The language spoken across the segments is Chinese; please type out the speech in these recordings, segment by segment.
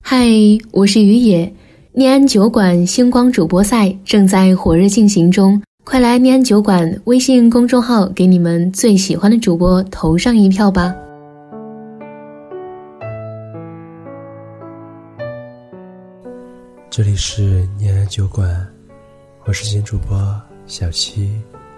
嗨，我是于野。念安酒馆星光主播赛正在火热进行中，快来念安酒馆微信公众号给你们最喜欢的主播投上一票吧。 这里是念安酒馆，我是新主播小七。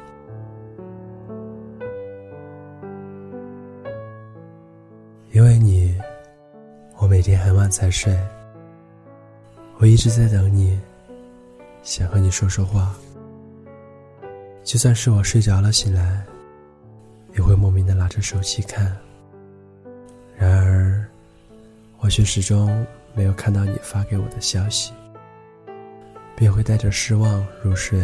因为你，我每天很晚才睡，我一直在等你，想和你说说话。就算是我睡着了醒来，也会莫名地拿着手机看，然而我却始终没有看到你发给我的消息，便会带着失望入睡。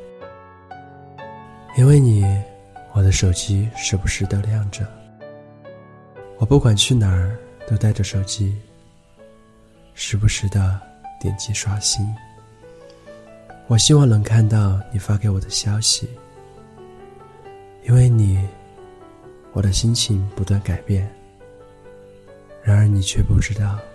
因为你，我的手机时不时地亮着，我不管去哪儿都带着手机，时不时地点击刷新。我希望能看到你发给我的消息，因为你，我的心情不断改变，然而你却不知道。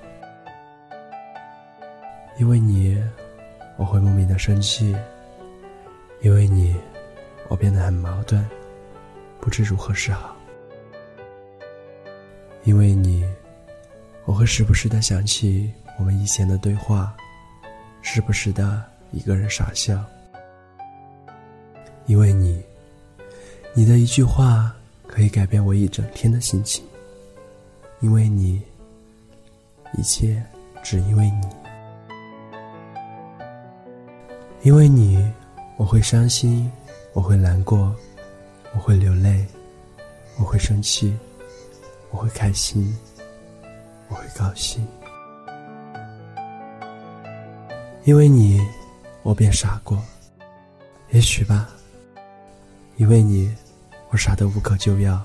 因为你，我会莫名的生气，因为你，我变得很矛盾，不知如何是好。因为你，我会时不时地想起我们以前的对话，时不时地一个人傻笑。因为你，你的一句话可以改变我一整天的心情。因为你，一切只因为你。因为你，我会伤心，我会难过，我会流泪，我会生气，我会开心，我会高兴。因为你，我变傻过，也许吧。因为你，我傻得无可救药。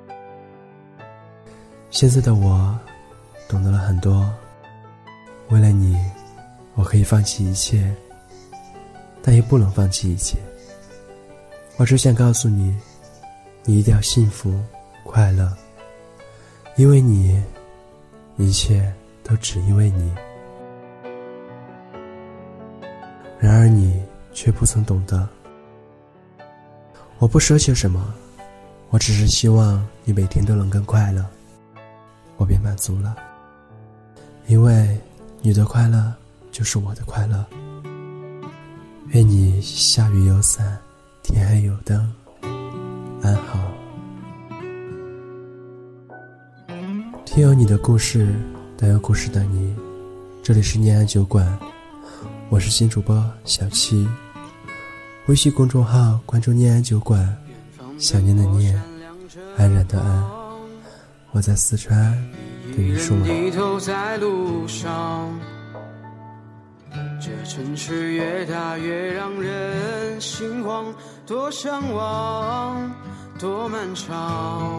现在的我懂得了很多，为了你，我可以放弃一切，但也不能放弃一切。我只想告诉你，你一定要幸福快乐，因为你，一切都只因为你。然而你却不曾懂得，我不奢求什么，我只是希望你每天都能更快乐，我便满足了。因为你的快乐就是我的快乐。愿你下雨有伞，天黑有灯，安好。听有你的故事，等有故事的你。这里是念安酒馆，我是新主播小七。微信公众号关注念安酒馆，想念的念，安然的安。我在四川对你说晚安。 低头在路上，这城市越大越让人心慌，多向往，多漫长。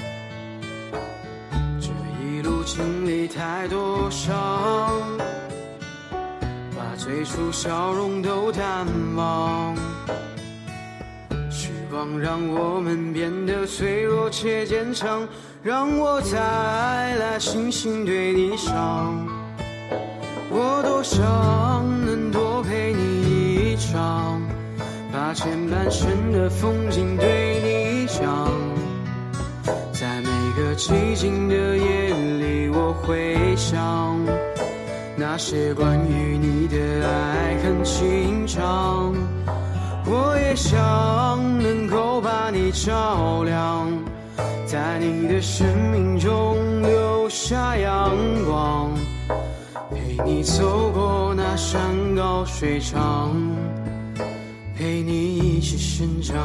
这一路经历太多伤，把最初笑容都淡忘。时光让我们变得脆弱且坚强，让我再来轻轻对你伤。我多想能多陪你一场，把前半生的风景对你讲。在每个寂静的夜里，我会想那些关于你的爱很轻长。我也想能够把你照亮，在你的生命中留下阳光，陪你走过那山高水长，陪你一起生长。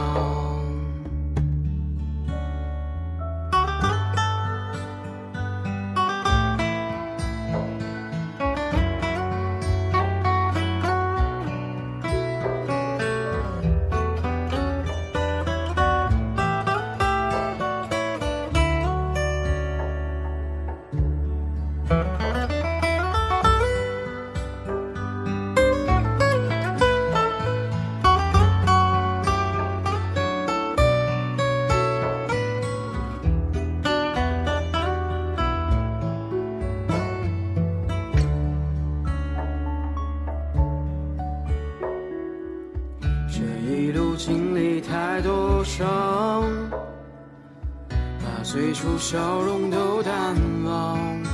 伤，把最初笑容都淡忘。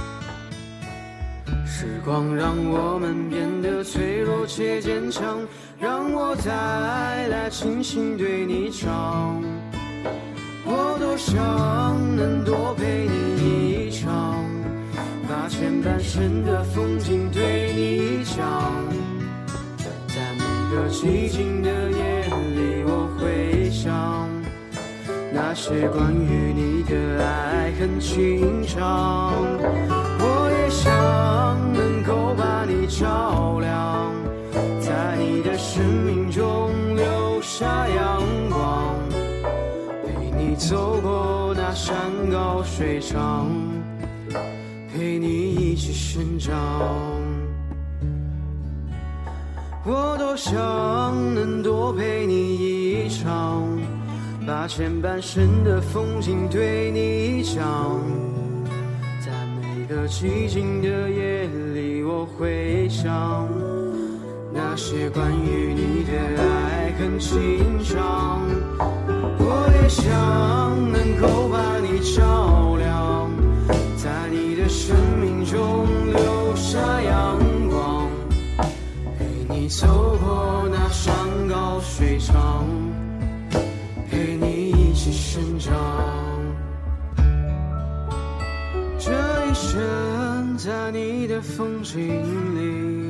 时光让我们变得脆弱且坚强，让我再来轻轻对你唱。我多想能多陪你一场，把前半生的风景对你讲。在每个寂静的夜里，我会想那些关于你的爱恨情长。我也想能够把你照亮，在你的生命中留下阳光，陪你走过那山高水长，陪你一起生长。我多想能多陪你一场，把前半生的风景对你讲。在每个寂静的夜里，我会想那些关于你的爱恨情长。我也想能够把你照亮，在你的生命中留下阳光，陪你走过那山高水长，陪你一起生长。这一生在你的风景里，